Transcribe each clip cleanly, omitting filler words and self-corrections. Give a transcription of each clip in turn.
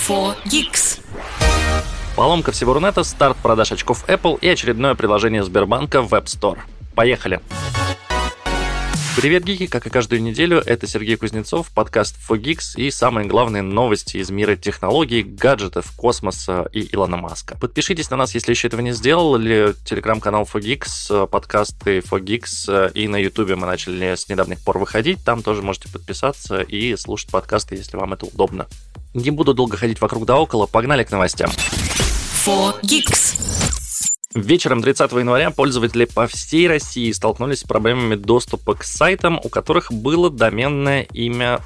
4Geeks. Поломка всего Рунета, старт продаж очков Apple и очередное приложение Сбербанка в App Store. Поехали! Привет, гики! Как и каждую неделю, это Сергей Кузнецов, подкаст 4Geeks и самые главные новости из мира технологий, гаджетов, космоса и Илона Маска. Подпишитесь на нас, если еще этого не сделали. Телеграм-канал 4Geeks, подкасты 4Geeks и на Ютубе мы начали с недавних пор выходить. Там тоже можете подписаться и слушать подкасты, если вам это удобно. Не буду долго ходить вокруг да около, погнали к новостям. 4Geeks. Вечером 30 января пользователи по всей России столкнулись с проблемами доступа к сайтам, у которых было доменное имя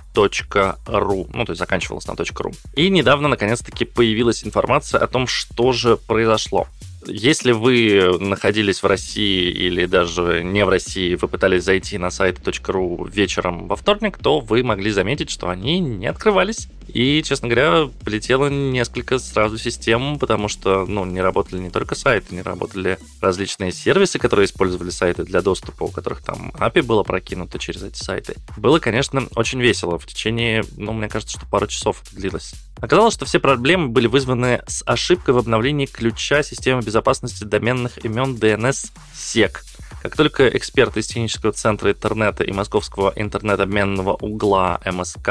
.ru, то есть заканчивалось на .ru. И недавно, наконец-таки, появилась информация о том, что же произошло. Если вы находились в России или даже не в России, вы пытались зайти на сайт .ru вечером во вторник, то вы могли заметить, что они не открывались. И, честно говоря, полетело несколько сразу систем, потому что, не работали не только сайты, не работали различные сервисы, которые использовали сайты для доступа, у которых там API было прокинуто через эти сайты. Было, конечно, очень весело. В течение, мне кажется, что пару часов это длилось. Оказалось, что все проблемы были вызваны с ошибкой в обновлении ключа системы безопасности доменных имен DNS-SEC. Как только эксперты из технического центра интернета и московского интернет-обменного угла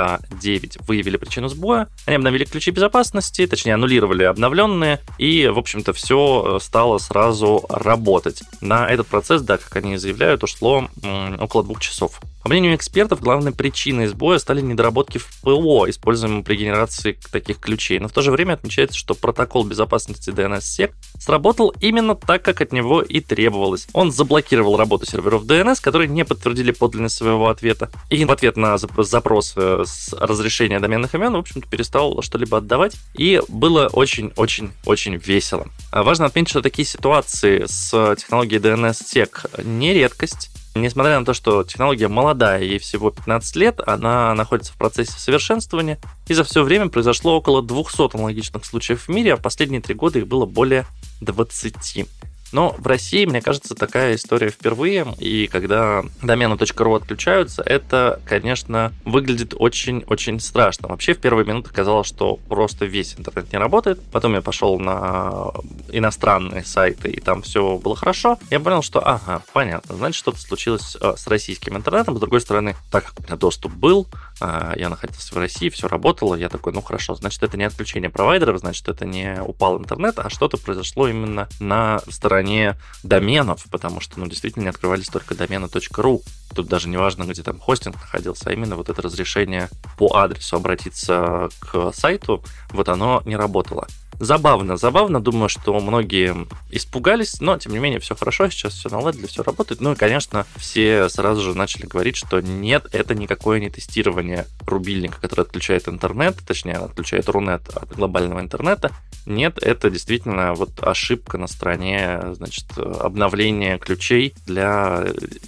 МСК-9 выявили причину сбоя, они обновили ключи безопасности, точнее аннулировали обновленные, и, в общем-то, все стало сразу работать. На этот процесс, как они заявляют, ушло около 2 часов. По мнению экспертов, главной причиной сбоя стали недоработки в ПО, используемом при генерации таких ключей. Но в то же время отмечается, что протокол безопасности DNS-SEC сработал именно так, как от него и требовалось. Он заблокировал работу серверов DNS, которые не подтвердили подлинность своего ответа. И в ответ на запрос с разрешения доменных имен, в общем-то, перестал что-либо отдавать. И было очень-очень-очень весело. Важно отметить, что такие ситуации с технологией DNS-SEC не редкость. Несмотря на то, что технология молодая, ей всего 15 лет, она находится в процессе совершенствования, и за все время произошло около 200 аналогичных случаев в мире, а в последние 3 года их было более 20. Но в России, мне кажется, такая история впервые, и когда домены .ru отключаются, это, конечно, выглядит очень-очень страшно. Вообще, в первые минуты казалось, что просто весь интернет не работает. Потом я пошел на иностранные сайты, и там все было хорошо. Я понял, что, понятно, значит, что-то случилось с российским интернетом. С другой стороны, так как у меня доступ был, я находился в России, все работало, я такой, хорошо, значит, это не отключение провайдеров, значит, это не упал интернет, а что-то произошло именно на стороне доменов, потому что, действительно не открывались только домены .ru. Тут даже не важно, где там хостинг находился, а именно вот это разрешение по адресу обратиться к сайту, оно не работало. Забавно. Думаю, что многие испугались, но, тем не менее, все хорошо, сейчас все наладили, все работает. И, конечно, все сразу же начали говорить, что нет, это никакое не тестирование рубильника, который отключает интернет, точнее, отключает Рунет от глобального интернета. Нет, это действительно ошибка на стороне, обновления ключей для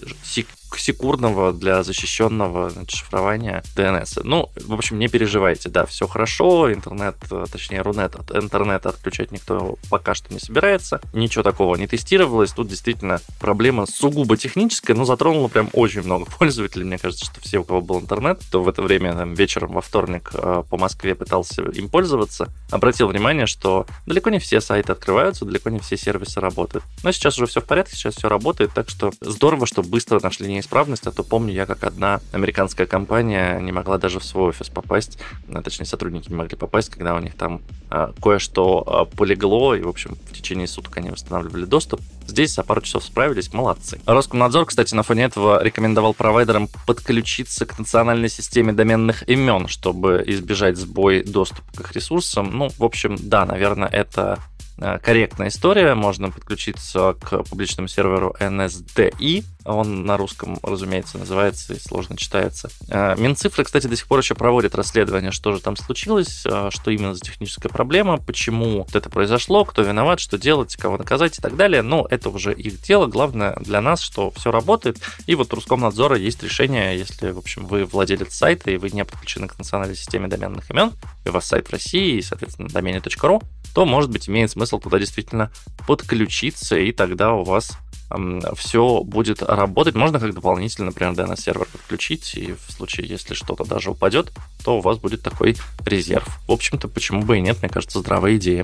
секурного, для защищенного шифрования DNS. В общем, не переживайте, все хорошо, интернет, точнее, Рунет от интернета отключать никто пока что не собирается, ничего такого не тестировалось, тут действительно проблема сугубо техническая, но затронула прям очень много пользователей, мне кажется, что все, у кого был интернет, кто в это время вечером во вторник по Москве пытался им пользоваться, обратил внимание, что далеко не все сайты открываются, далеко не все сервисы работают. Но сейчас уже все в порядке, сейчас все работает, так что здорово, что быстро нашли неисправность, а то помню я, как одна американская компания не могла даже в свой офис попасть, точнее, сотрудники не могли попасть, когда у них там кое-что полегло, и, в общем, в течение суток они восстанавливали доступ. Здесь за пару часов справились, молодцы. Роскомнадзор, кстати, на фоне этого рекомендовал провайдерам подключиться к национальной системе доменных имен, чтобы избежать сбой доступа к их ресурсам. В общем, да, наверное, это корректная история. Можно подключиться к публичному серверу NSDI. Он на русском, разумеется, называется и сложно читается. Минцифры, кстати, до сих пор еще проводят расследование, что же там случилось, что именно за техническая проблема, почему это произошло, кто виноват, что делать, кого наказать и так далее. Но это уже их дело. Главное для нас, что все работает. И у Роскомнадзора есть решение, если, в общем, вы владелец сайта и вы не подключены к национальной системе доменных имен, и у вас сайт в России и, соответственно, домене .ru, то, может быть, имеет смысл туда действительно подключиться, и тогда у вас все будет работать. Можно как дополнительно, например, DNS-сервер подключить, и в случае, если что-то даже упадет, то у вас будет такой резерв. В общем-то, почему бы и нет, мне кажется, здравая идея.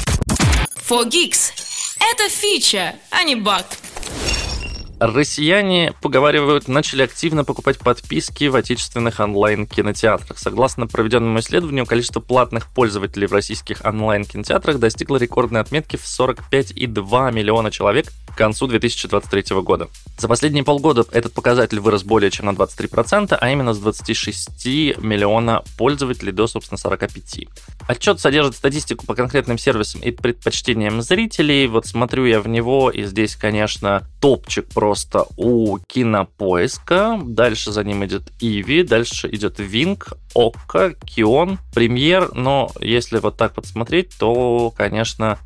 4Geeks. Это фича, а не баг. Россияне, поговаривают, начали активно покупать подписки в отечественных онлайн-кинотеатрах. Согласно проведенному исследованию, количество платных пользователей в российских онлайн-кинотеатрах достигло рекордной отметки в 45,2 миллиона человек к концу 2023 года. За последние полгода этот показатель вырос более чем на 23%, а именно с 26 миллиона пользователей до, собственно, 45. Отчет содержит статистику по конкретным сервисам и предпочтениям зрителей. Вот смотрю я в него, и здесь, конечно, топчик просто у Кинопоиска. Дальше за ним идет Иви, дальше идет Винк, Окко, Кион, Премьер. Но если вот так вот смотреть, то, конечно,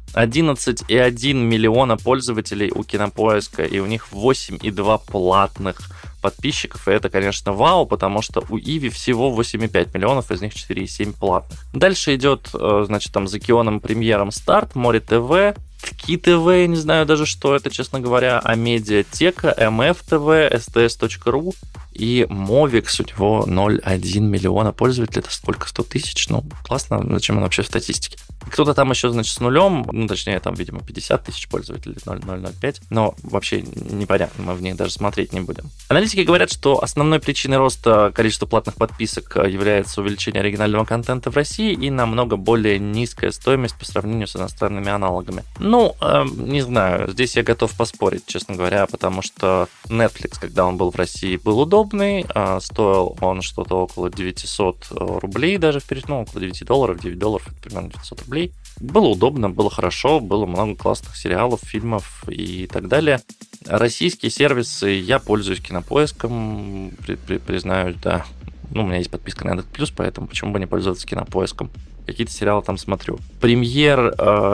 11,1 миллиона пользователей у Кинопоиска, и у них 8,2 платных подписчиков, и это, конечно, вау, потому что у Иви всего 8,5 миллионов, из них 4,7 платных. Дальше идет, значит, там за Кионом, Премьером Старт, Море ТВ, Ки ТВ, я не знаю даже, что это, честно говоря, а Медиатека, МФ ТВ, СТС.ру и Мовикс, у него 0,1 миллиона пользователей, это сколько, 100 тысяч? Ну, классно, зачем он вообще в статистике? Кто-то там еще, значит, с нулем, ну, точнее, там, видимо, 50 тысяч пользователей, 0,005, но вообще непонятно, мы в них даже смотреть не будем. Аналитики говорят, что основной причиной роста количества платных подписок является увеличение оригинального контента в России и намного более низкая стоимость по сравнению с иностранными аналогами. Ну, не знаю, здесь я готов поспорить, честно говоря, потому что Netflix, когда он был в России, был удобный, стоил он что-то около 900 рублей даже около $9, $9, это примерно 900 рублей. Было удобно, было хорошо, было много классных сериалов, фильмов и так далее. Российские сервисы, я пользуюсь Кинопоиском, признаюсь, да. Ну, у меня есть подписка на Яндекс+, поэтому почему бы не пользоваться Кинопоиском? Какие-то сериалы там смотрю. Премьер,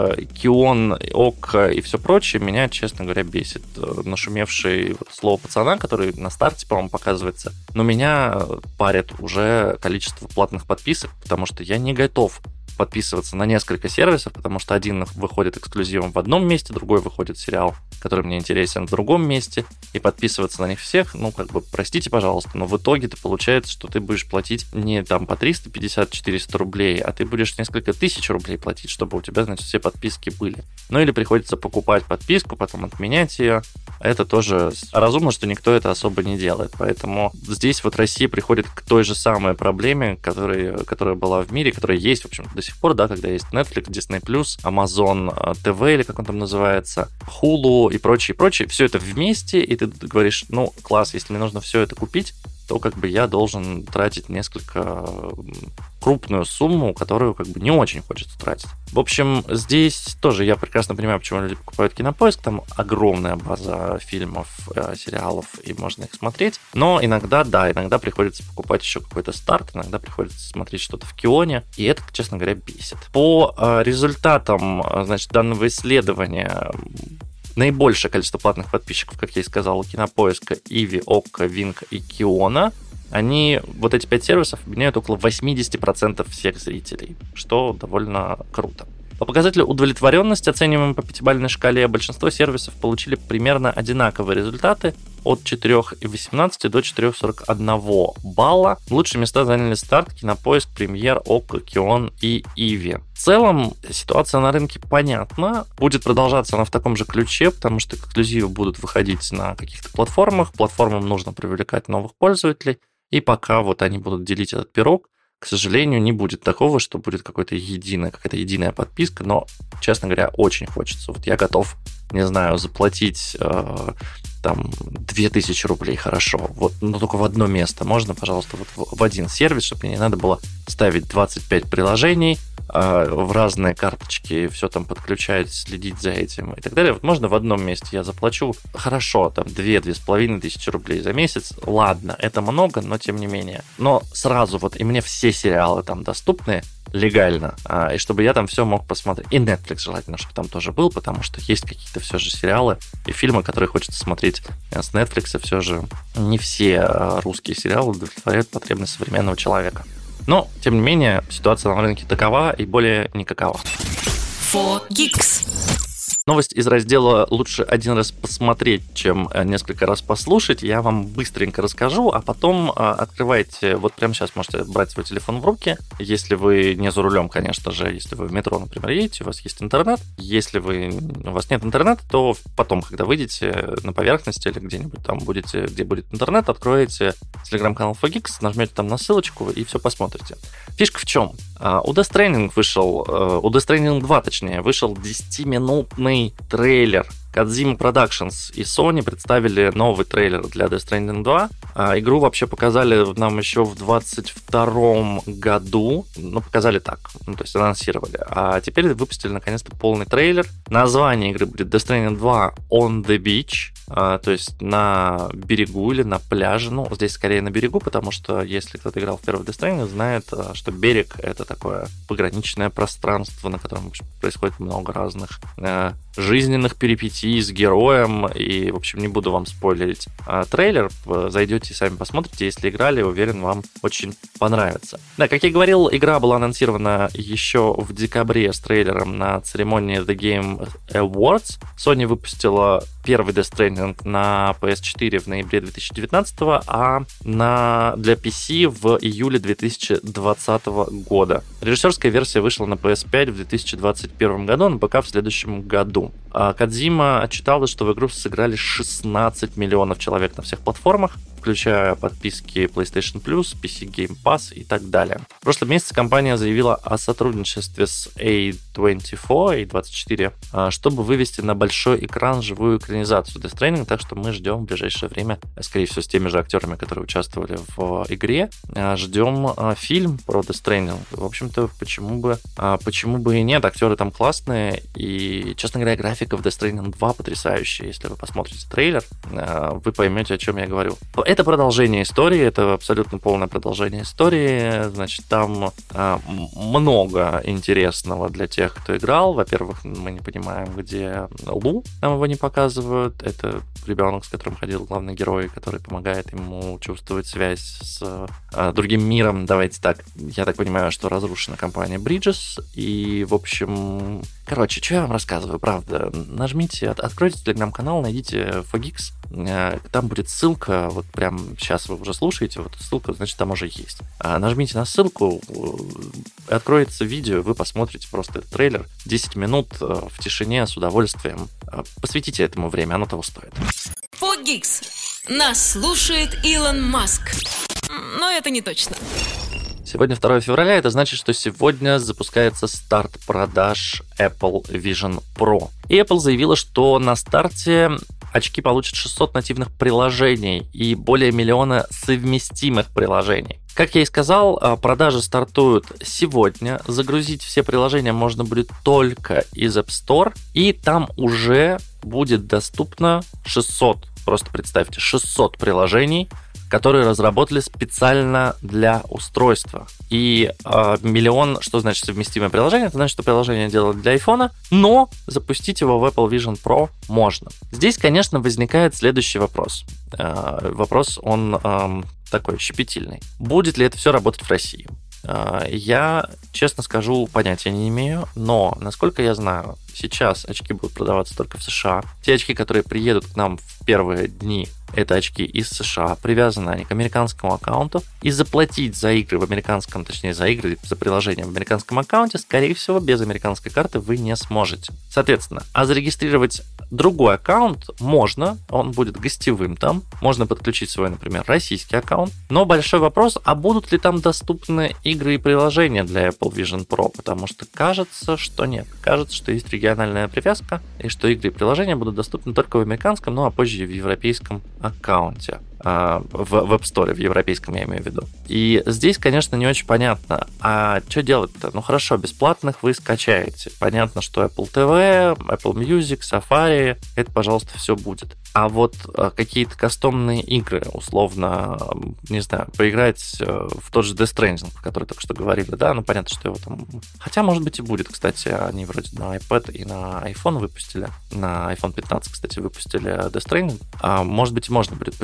Кион, Окко и все прочее меня, честно говоря, бесит. Нашумевший слово пацана, который на старте, по-моему, показывается, но меня парит уже количество платных подписок, потому что я не готов подписываться на несколько сервисов, потому что один выходит эксклюзивом в одном месте, другой выходит сериал, который мне интересен в другом месте, и подписываться на них всех, ну, как бы, простите, пожалуйста, но в итоге-то получается, что ты будешь платить не там по 350-400 рублей, а ты будешь несколько тысяч рублей платить, чтобы у тебя, значит, все подписки были. Ну, или приходится покупать подписку, потом отменять ее. Это тоже разумно, что никто это особо не делает. Поэтому здесь вот Россия приходит к той же самой проблеме, которая была в мире, которая есть, в общем, до сих пор, да, когда есть Netflix, Disney+, Amazon TV, или как он там называется, Hulu и прочее. Все это вместе, и ты говоришь, ну, класс, если мне нужно все это купить, то как бы я должен тратить несколько крупную сумму, которую как бы не очень хочется тратить. В общем, здесь тоже я прекрасно понимаю, почему люди покупают Кинопоиск, там огромная база фильмов, сериалов, и можно их смотреть, но иногда приходится покупать еще какой-то старт, иногда приходится смотреть что-то в Кионе, и это, честно говоря, бесит. По результатам, значит, данного исследования, наибольшее количество платных подписчиков, как я и сказал, у Кинопоиска, Иви, Окко, Винк и Киона. Они, вот эти 5 сервисов, объединяют около 80% всех зрителей, что довольно круто. По показателю удовлетворенности, оцениваемой по 5-бальной шкале, большинство сервисов получили примерно одинаковые результаты от 4,18 до 4,41 балла. Лучшие места заняли Старт, Кинопоиск, Премьер, Окко, Кион и Иви. В целом ситуация на рынке понятна. Будет продолжаться она в таком же ключе, потому что эксклюзивы будут выходить на каких-то платформах. Платформам нужно привлекать новых пользователей. И пока вот они будут делить этот пирог, к сожалению, не будет такого, что будет какая-то единая подписка, но, честно говоря, очень хочется. Вот я готов, не знаю, заплатить там 2000 рублей, хорошо, вот, но только в одно место. Можно, пожалуйста, вот в один сервис, чтобы мне не надо было ставить 25 приложений, в разные карточки, все там подключать, следить за этим и так далее. Вот можно в одном месте я заплачу, хорошо, там 2-2,5 тысячи рублей за месяц, ладно, это много, но тем не менее. Но сразу вот и мне все сериалы там доступны легально, и чтобы я там все мог посмотреть. И Netflix желательно, чтобы там тоже был, потому что есть какие-то все же сериалы и фильмы, которые хочется смотреть с Netflix, все же не все русские сериалы удовлетворяют потребности современного человека. Но, тем не менее, ситуация на рынке такова и более никакова. 4Geeks. Новость из раздела «Лучше один раз посмотреть, чем несколько раз послушать». Я вам быстренько расскажу, а потом открывайте, вот прямо сейчас можете брать свой телефон в руки, если вы не за рулем, конечно же, если вы в метро, например, едете, у вас есть интернет. Если у вас нет интернета, то потом, когда выйдете на поверхность или где-нибудь там будете, где будет интернет, откроете телеграм-канал 4Geeks, нажмете там на ссылочку и все посмотрите. Фишка в чем? У Death Stranding 2, точнее, вышел 10-минутный трейлер. Kojima Productions и Sony представили новый трейлер для Death Stranding 2. Игру вообще показали нам еще в 2022 году. Показали так, то есть анонсировали. А теперь выпустили наконец-то полный трейлер. Название игры будет Death Stranding 2 On the Beach, то есть на берегу или на пляже. Здесь скорее на берегу, потому что если кто-то играл в первый Death Stranding, знает, что берег — это такое пограничное пространство, на котором происходит много разных жизненных перипетий с героем. И, в общем, не буду вам спойлерить трейлер. Зайдете и сами посмотрите. Если играли, уверен, вам очень понравится. Да, как я говорил, игра была анонсирована еще в декабре с трейлером на церемонии The Game Awards. Sony выпустила первый Death Stranding на PS4 в ноябре 2019, а для PC в июле 2020 года. Режиссерская версия вышла на PS5 в 2021 году, на ПК в следующем году. Кодзима отчиталась, что в игру сыграли 16 миллионов человек на всех платформах, включая подписки PlayStation Plus, PC Game Pass и так далее. В прошлом месяце компания заявила о сотрудничестве с A24, чтобы вывести на большой экран живую экранизацию Death Stranding, так что мы ждем в ближайшее время, скорее всего, с теми же актерами, которые участвовали в игре, ждем фильм про Death Stranding. В общем-то, почему бы и нет, актеры там классные, и, честно говоря, графика в Death Stranding 2 потрясающая. Если вы посмотрите трейлер, вы поймете, о чем я говорю. Это продолжение истории, это абсолютно полное продолжение истории. Значит, там много интересного для тех, кто играл. Во-первых, мы не понимаем, где Лу, нам его не показывают. Это ребенок, с которым ходил главный герой, который помогает ему чувствовать связь с другим миром. Давайте так, я так понимаю, что разрушена компания Bridges. И, в общем, что я вам рассказываю, правда. Нажмите, откройте телеграм-канал, найдите 4Geeks. Там будет ссылка, вот прям сейчас вы уже слушаете, вот ссылка, значит, там уже есть. Нажмите на ссылку, откроется видео, вы посмотрите просто этот трейлер. 10 минут в тишине с удовольствием. Посвятите этому время, оно того стоит. 4Geeks. Нас слушает Илон Маск. Но это не точно. Сегодня 2 февраля, это значит, что сегодня запускается старт продаж Apple Vision Pro. И Apple заявила, что на старте очки получат 600 нативных приложений и более миллиона совместимых приложений. Как я и сказал, продажи стартуют сегодня. Загрузить все приложения можно будет только из App Store, и там уже будет доступно 600, просто представьте, 600 приложений, которые разработали специально для устройства. И миллион, что значит совместимое приложение? Это значит, что приложение делают для iPhone, но запустить его в Apple Vision Pro можно. Здесь, конечно, возникает следующий вопрос. Вопрос, он такой щепетильный. Будет ли это все работать в России? Я, честно скажу, понятия не имею, но, насколько я знаю, сейчас очки будут продаваться только в США. Те очки, которые приедут к нам в первые дни, это очки из США, привязаны они к американскому аккаунту, и заплатить за игры в американском, точнее, за приложение в американском аккаунте, скорее всего, без американской карты вы не сможете. Соответственно, зарегистрировать другой аккаунт можно, он будет гостевым там, можно подключить свой, например, российский аккаунт, но большой вопрос, а будут ли там доступны игры и приложения для Apple Vision Pro, потому что кажется, что нет. Кажется, что есть региональная привязка, и что игры и приложения будут доступны только в американском, а позже в европейском аккаунте. В App Store, в европейском я имею в виду. И здесь, конечно, не очень понятно, а что делать-то? Хорошо, бесплатных вы скачаете. Понятно, что Apple TV, Apple Music, Safari, это, пожалуйста, все будет. А вот какие-то кастомные игры, условно, не знаю, поиграть в тот же Death Stranding, про который только что говорили, да, понятно, что его там... Хотя, может быть, и будет, кстати, они вроде на iPad и на iPhone выпустили, на iPhone 15, кстати, выпустили Death Stranding. Может быть, и можно будет поиграть в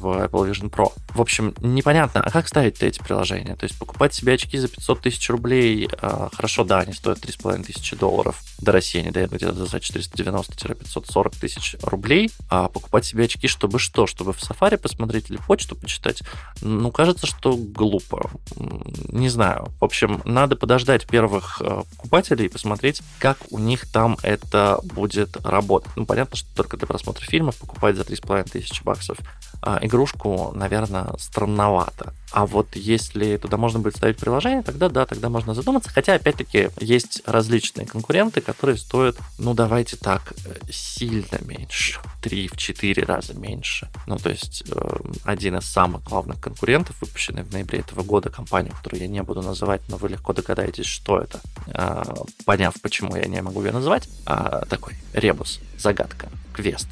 в Apple Vision Pro. В общем, непонятно, а как ставить-то эти приложения? То есть покупать себе очки за 500 тысяч рублей, хорошо, да, они стоят $3500, до России они доедут где-то за 490-540 тысяч рублей, а покупать себе очки, чтобы что? Чтобы в Safari посмотреть или почту почитать? Ну, кажется, что глупо. Не знаю. В общем, надо подождать первых покупателей и посмотреть, как у них там это будет работать. Ну, понятно, что только для просмотра фильмов покупать за $3500 игрушку, наверное, странновато. А вот если туда можно будет ставить приложение, тогда да, тогда можно задуматься. Хотя, опять-таки, есть различные конкуренты, которые стоят, ну, давайте так, сильно меньше. 3-4 раза меньше. Ну, то есть, один из самых главных конкурентов, выпущенный в ноябре этого года, компанию, которую я не буду называть, но вы легко догадаетесь, что это, поняв, почему я не могу ее назвать, такой ребус, загадка, квест.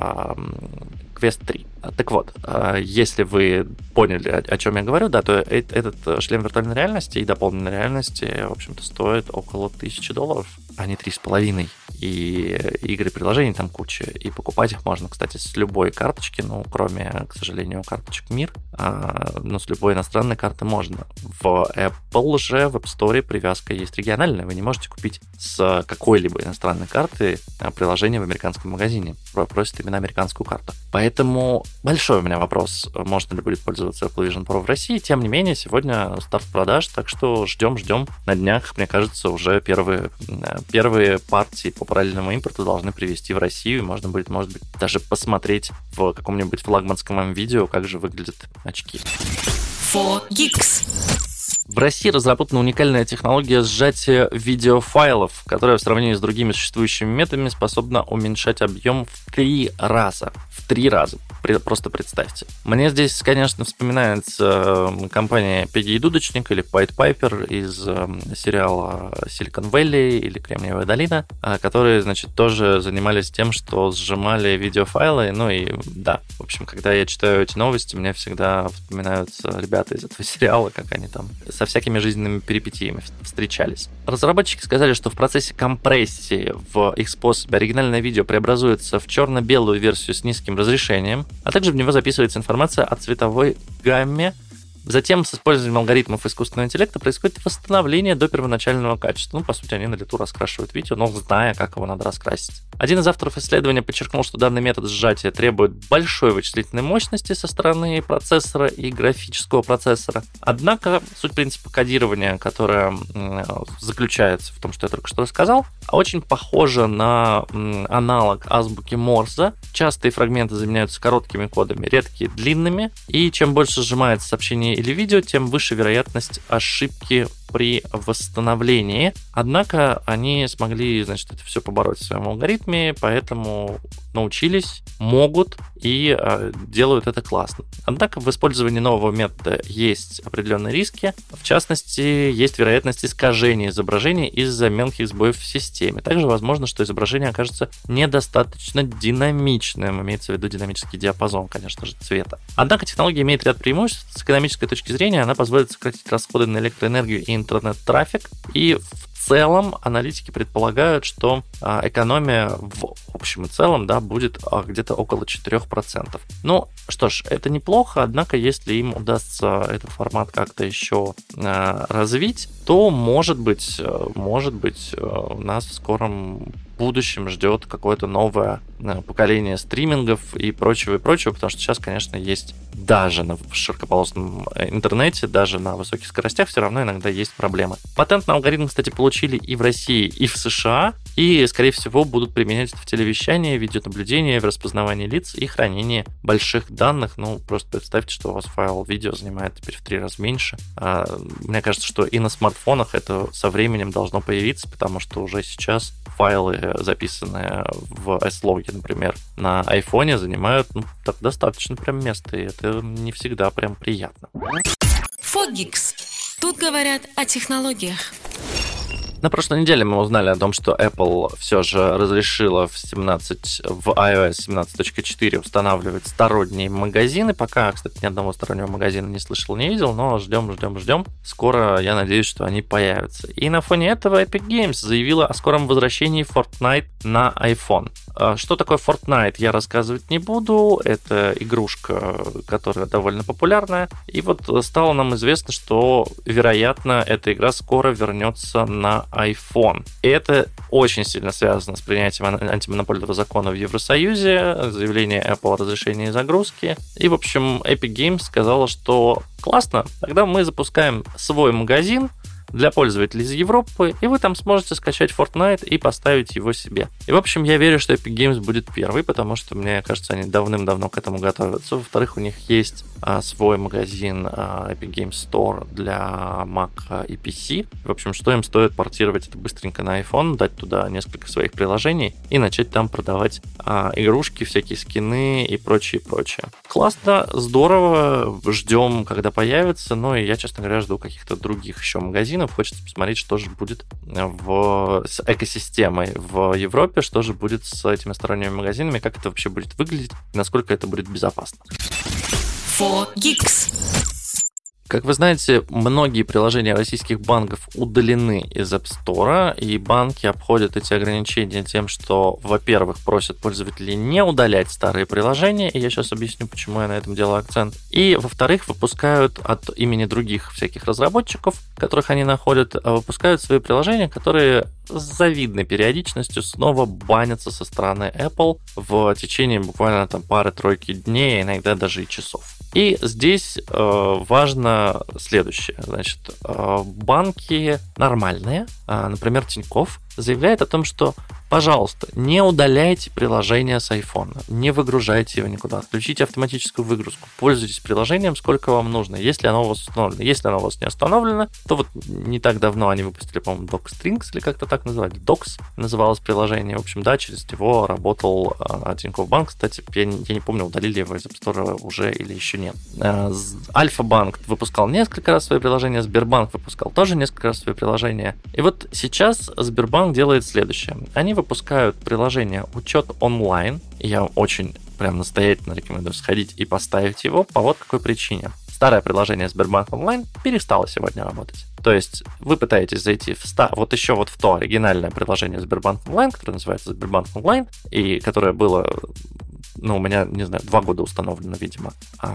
Quest 3. Так вот, если вы поняли, о чем я говорю, да, то этот шлем виртуальной реальности и дополненной реальности, в общем-то, стоит около $1000, а не 3,5. И игры, приложений там куча. И покупать их можно, кстати, с любой карточки, ну, кроме, к сожалению, карточек МИР, но с любой иностранной карты можно. В Apple же, в App Store привязка есть региональная. Вы не можете купить с какой-либо иностранной карты приложение в американском магазине. Просит именно американскую карту. Поэтому большой у меня вопрос, можно ли будет пользоваться Apple Vision Pro в России. Тем не менее, сегодня старт продаж, так что ждем. На днях, мне кажется, уже первые партии по параллельному импорту должны привезти в Россию. Можно будет, может быть, даже посмотреть в каком-нибудь флагманском видео, как же выглядят очки. 4Geeks. В России разработана уникальная технология сжатия видеофайлов, которая в сравнении с другими существующими методами способна уменьшать объем в 3 раза. В 3 раза. Просто представьте. Мне здесь, конечно, вспоминается компания Пегги и Дудочник или Пайт Пайпер из сериала Silicon Valley или Кремниевая долина, которые, значит, тоже занимались тем, что сжимали видеофайлы. Ну и да, в общем, когда я читаю эти новости, мне всегда вспоминаются ребята из этого сериала, как они там со всякими жизненными перипетиями встречались. Разработчики сказали, что в процессе компрессии в их способе оригинальное видео преобразуется в черно-белую версию с низким разрешением, а также в него записывается информация о цветовой гамме. Затем с использованием алгоритмов искусственного интеллекта происходит восстановление до первоначального качества. Ну, по сути, они на лету раскрашивают видео, но зная, как его надо раскрасить. Один из авторов исследования подчеркнул, что данный метод сжатия требует большой вычислительной мощности со стороны процессора и графического процессора. Однако суть принципа кодирования, которая заключается в том, что я только что рассказал, очень похожа на аналог азбуки Морзе. Частые фрагменты заменяются короткими кодами, редкие длинными, и чем больше сжимается сообщение или видео, тем выше вероятность ошибки при восстановлении. Однако они смогли, значит, это все побороть в своем алгоритме, поэтому научились, могут и делают это классно. Однако в использовании нового метода есть определенные риски. В частности, есть вероятность искажения изображения из-за мелких сбоев в системе. Также возможно, что изображение окажется недостаточно динамичным. Имеется в виду динамический диапазон, конечно же, цвета. Однако технология имеет ряд преимуществ. С экономической точки зрения она позволит сократить расходы на электроэнергию и интернет-трафик. И в целом аналитики предполагают, что экономия в общем и целом, да, будет где-то около 4%. Ну, что ж, это неплохо, однако, если им удастся этот формат как-то еще развить, то, может быть, нас в скором будущем ждет какое-то новое поколение стримингов и прочего, потому что сейчас, конечно, есть даже на широкополосном интернете, даже на высоких скоростях все равно иногда есть проблемы. Патент на алгоритм, кстати, получили и в России, и в США, и, скорее всего, будут применять в телевещании, видеонаблюдении, в распознавании лиц и хранении больших данных. Ну, просто представьте, что у вас файл видео занимает теперь в 3 раза меньше. Мне кажется, что и на смартфонах это со временем должно появиться, потому что уже сейчас файлы, записанные в S-Log, например, на айфоне, занимают так достаточно прям места, и это не всегда прям приятно. 4Geeks. Тут говорят о технологиях. На прошлой неделе мы узнали о том, что Apple все же разрешила в iOS 17.4 устанавливать сторонние магазины. Пока, кстати, ни одного стороннего магазина не слышал, не видел, но ждем. Скоро, я надеюсь, что они появятся. И на фоне этого Epic Games заявила о скором возвращении Fortnite на iPhone. Что такое Fortnite, я рассказывать не буду. Это игрушка, которая довольно популярная. И вот стало нам известно, что, вероятно, эта игра скоро вернется на iPhone. И это очень сильно связано с принятием антимонопольного закона в Евросоюзе, заявление Apple о разрешении загрузки. И, в общем, Epic Games сказала, что классно, тогда мы запускаем свой магазин для пользователей из Европы, и вы там сможете скачать Fortnite и поставить его себе. И, в общем, я верю, что Epic Games будет первый, потому что, мне кажется, они давным-давно к этому готовятся. Во-вторых, у них есть свой магазин Epic Games Store для Mac и PC. В общем, что им стоит портировать это быстренько на iPhone, дать туда несколько своих приложений и начать там продавать игрушки, всякие скины и прочее. Классно, здорово, ждем, когда появится, но и я, честно говоря, жду каких-то других еще магазинов. Хочется посмотреть, что же будет с экосистемой в Европе, что же будет с этими сторонними магазинами, как это вообще будет выглядеть, насколько это будет безопасно. 4Geeks. Как вы знаете, многие приложения российских банков удалены из App Store, и банки обходят эти ограничения тем, что, во-первых, просят пользователей не удалять старые приложения, и я сейчас объясню, почему я на этом делаю акцент, и, во-вторых, выпускают от имени других всяких разработчиков, которых они находят, выпускают свои приложения, которые с завидной периодичностью снова банятся со стороны Apple в течение буквально пары-тройки дней, иногда даже и часов. И здесь важно следующее. Значит, банки нормальные, например, Тинькофф, заявляет о том, что, пожалуйста, не удаляйте приложение с iPhone, не выгружайте его никуда, отключите автоматическую выгрузку, пользуйтесь приложением сколько вам нужно, если оно у вас установлено. Если оно у вас не установлено, то вот не так давно они выпустили, по-моему, DocStrings, или как-то так называли, Docs называлось приложение. В общем, да, через него работал Тинькофф Банк. Кстати, я не помню, удалили его из App Store уже или еще нет. Альфа-банк выпускал несколько раз свои приложения, Сбербанк выпускал тоже несколько раз свои приложения. И вот сейчас Сбербанк делает следующее. Они выпускают приложение «Учет онлайн». И я очень прям настоятельно рекомендую сходить и поставить его по вот какой причине. Старое приложение Сбербанк онлайн перестало сегодня работать. То есть вы пытаетесь зайти в в то оригинальное приложение Сбербанк онлайн, которое называется Сбербанк онлайн, и которое было, у меня, не знаю, 2 года установлено, видимо,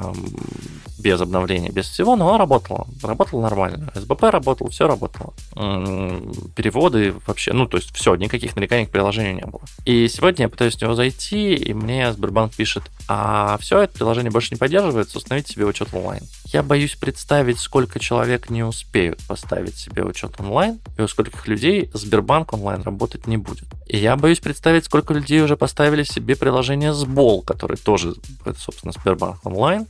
без обновления, без всего, но оно работало. Работало нормально. СБП работал, все работало. Переводы вообще, то есть все, никаких нареканий к приложению не было. И сегодня я пытаюсь в него зайти, и мне Сбербанк пишет: все, это приложение больше не поддерживается, установите себе учет онлайн. Я боюсь представить, сколько человек не успеют поставить себе учет онлайн, и у скольких людей Сбербанк онлайн работать не будет. И я боюсь представить, сколько людей уже поставили себе приложение Сбол, который тоже, это, собственно, Сбербанк онлайн,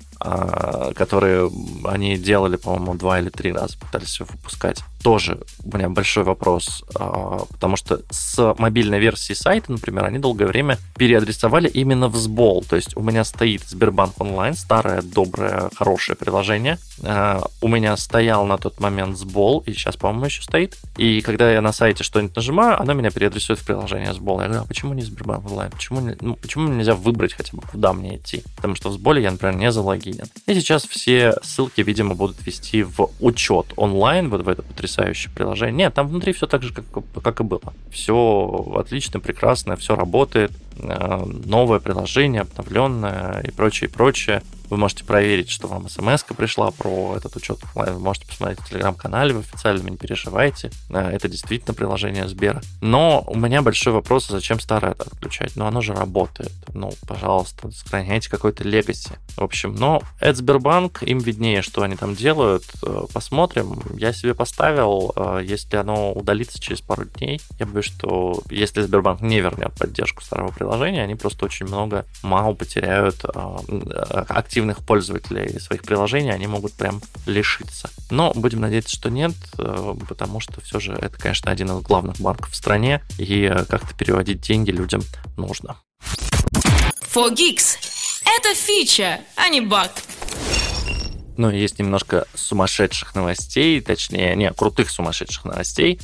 которые они делали, по-моему, 2 или 3 раза, пытались его выпускать. Тоже у меня большой вопрос, потому что с мобильной версии сайта, например, они долгое время переадресовали именно в Сбол. То есть у меня стоит Сбербанк онлайн, старое, доброе, хорошее приложение. У меня стоял на тот момент Сбол, и сейчас, по-моему, еще стоит. И когда я на сайте что-нибудь нажимаю, оно меня переадресует в приложение Сбол. Я говорю: почему не Сбербанк онлайн? Почему нельзя выбрать хотя бы, куда мне идти? Потому что в Сболе я, например, не залогинен. И сейчас все ссылки, видимо, будут вести в учет онлайн, вот в это потрясающее приложение. Нет, там внутри все так же, как и было. Все отлично, прекрасно, все работает. Новое приложение, обновленное и прочее. Вы можете проверить, что вам смс-ка пришла про этот учет онлайн. Вы можете посмотреть в телеграм-канале, в официальном, не переживайте. Это действительно приложение Сбера. Но у меня большой вопрос: зачем старое это отключать? Оно же работает. Пожалуйста, сохраняйте какой-то легаси. В общем, это Сбербанк, им виднее, что они там делают. Посмотрим. Я себе поставил, если оно удалится через пару дней, я боюсь, что если Сбербанк не вернет поддержку старого приложения, они просто очень мало потеряют активных пользователей своих приложений, они могут прям лишиться. Но будем надеяться, что нет, потому что все же это, конечно, один из главных банков в стране, и как-то переводить деньги людям нужно. 4Geeks. Это фича, а не баг. Но есть немножко сумасшедших новостей, точнее, крутых сумасшедших новостей.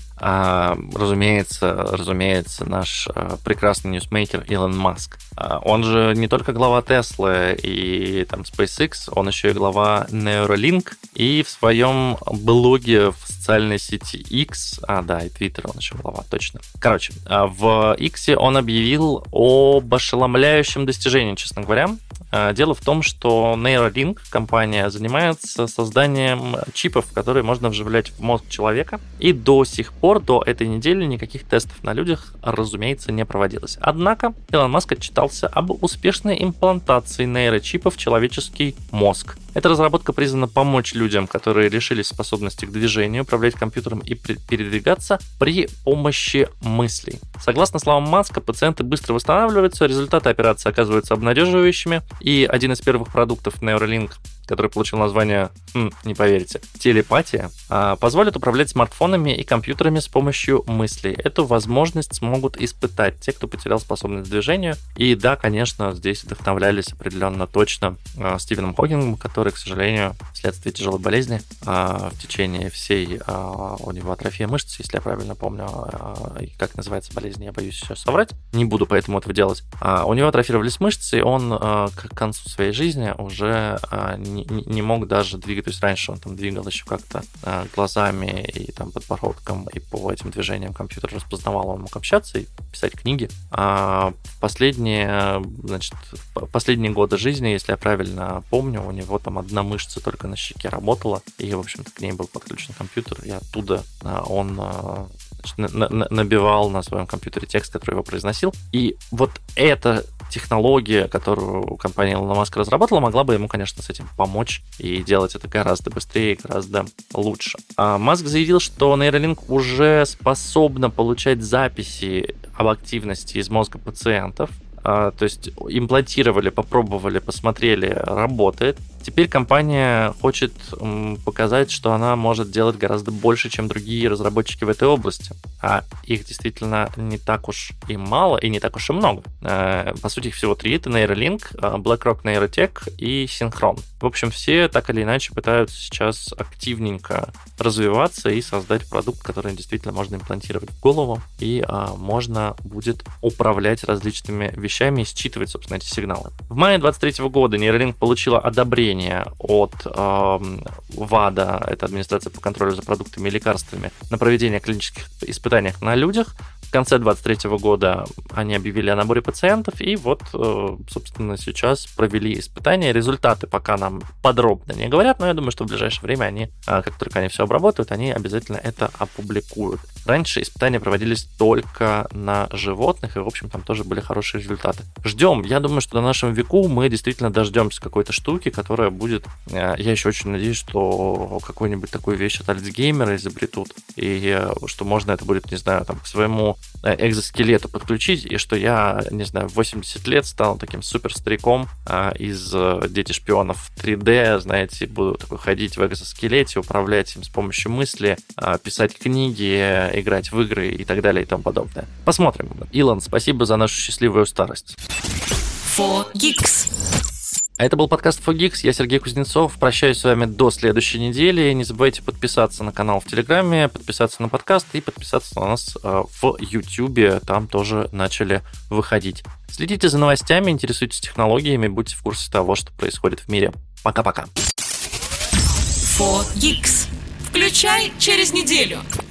Разумеется, наш прекрасный ньюсмейкер Илон Маск. Он же не только глава Tesla и там SpaceX, он еще и глава Neuralink. И в своем блоге в социальной сети X, и Twitter он еще глава, точно. Короче, в X он объявил об ошеломляющем достижении, честно говоря. Дело в том, что Neuralink, компания, занимается созданием чипов, которые можно вживлять в мозг человека. И до сих пор, до этой недели, никаких тестов на людях, разумеется, не проводилось. Однако Илон Маск отчитался об успешной имплантации нейрочипа в человеческий мозг. Эта разработка призвана помочь людям, которые лишились способности к движению, управлять компьютером и передвигаться при помощи мыслей. Согласно словам Маска, пациенты быстро восстанавливаются, результаты операции оказываются обнадеживающими, и один из первых продуктов Neuralink, который получил название, не поверите, телепатия, позволит управлять смартфонами и компьютерами с помощью мыслей. Эту возможность смогут испытать те, кто потерял способность к движению. И да, конечно, здесь вдохновлялись определенно точно Стивеном Хокингом, который, к сожалению, вследствие тяжелой болезни в течение всей у него атрофия мышц, если я правильно помню, как называется болезнь, я боюсь сейчас соврать, не буду поэтому этого делать. У него атрофировались мышцы, и он к концу своей жизни уже не мог даже двигать. То есть раньше он там двигал еще как-то глазами и там подбородком, и по этим движениям компьютер распознавал, он мог общаться и писать книги. А в последние годы жизни, если я правильно помню, у него там одна мышца только на щеке работала, и, в общем-то, к ней был подключен компьютер, и оттуда он набивал на своем компьютере текст, который его произносил. И вот эта технология, которую компания Илона Маска разработала, могла бы ему, конечно, с этим помочь и делать это гораздо быстрее и гораздо лучше. Маск заявил, что Neuralink уже способна получать записи об активности из мозга пациентов. То есть имплантировали, попробовали, посмотрели, работает. Теперь компания хочет показать, что она может делать гораздо больше, чем другие разработчики в этой области. А их действительно не так уж и мало, и не так уж и много. По сути, их всего 3. Это Neuralink, BlackRock Neurotech и Synchron. В общем, все так или иначе пытаются сейчас активненько развиваться и создать продукт, который действительно можно имплантировать в голову, и можно будет управлять различными вещами и считывать, собственно, эти сигналы. В мае 2023 года Neuralink получила одобрение от ВАДА, это Администрация по контролю за продуктами и лекарствами, на проведение клинических испытаний на людях. В конце 2023 года они объявили о наборе пациентов, и вот, собственно, сейчас провели испытания. Результаты пока нам подробно не говорят, но я думаю, что в ближайшее время они, как только они все обработают, они обязательно это опубликуют. Раньше испытания проводились только на животных, и, в общем, там тоже были хорошие результаты. Ждем. Я думаю, что на нашем веку мы действительно дождемся какой-то штуки, которая будет... Я еще очень надеюсь, что какую-нибудь такую вещь от Альцгеймера изобретут, и что можно это будет, не знаю, там, к своему экзоскелету подключить, и что я, не знаю, в 80 лет стану таким суперстариком из «Дети шпионов 3D», знаете, буду такой ходить в экзоскелете, управлять им с помощью мысли, писать книги, играть в игры и так далее и тому подобное. Посмотрим. Илон, спасибо за нашу счастливую старость. 4Geeks. А это был подкаст 4Geeks, я Сергей Кузнецов, прощаюсь с вами до следующей недели, не забывайте подписаться на канал в Телеграме, подписаться на подкаст и подписаться на нас в Ютубе, там тоже начали выходить. Следите за новостями, интересуйтесь технологиями, будьте в курсе того, что происходит в мире. Пока-пока. 4Geeks. Включай через неделю.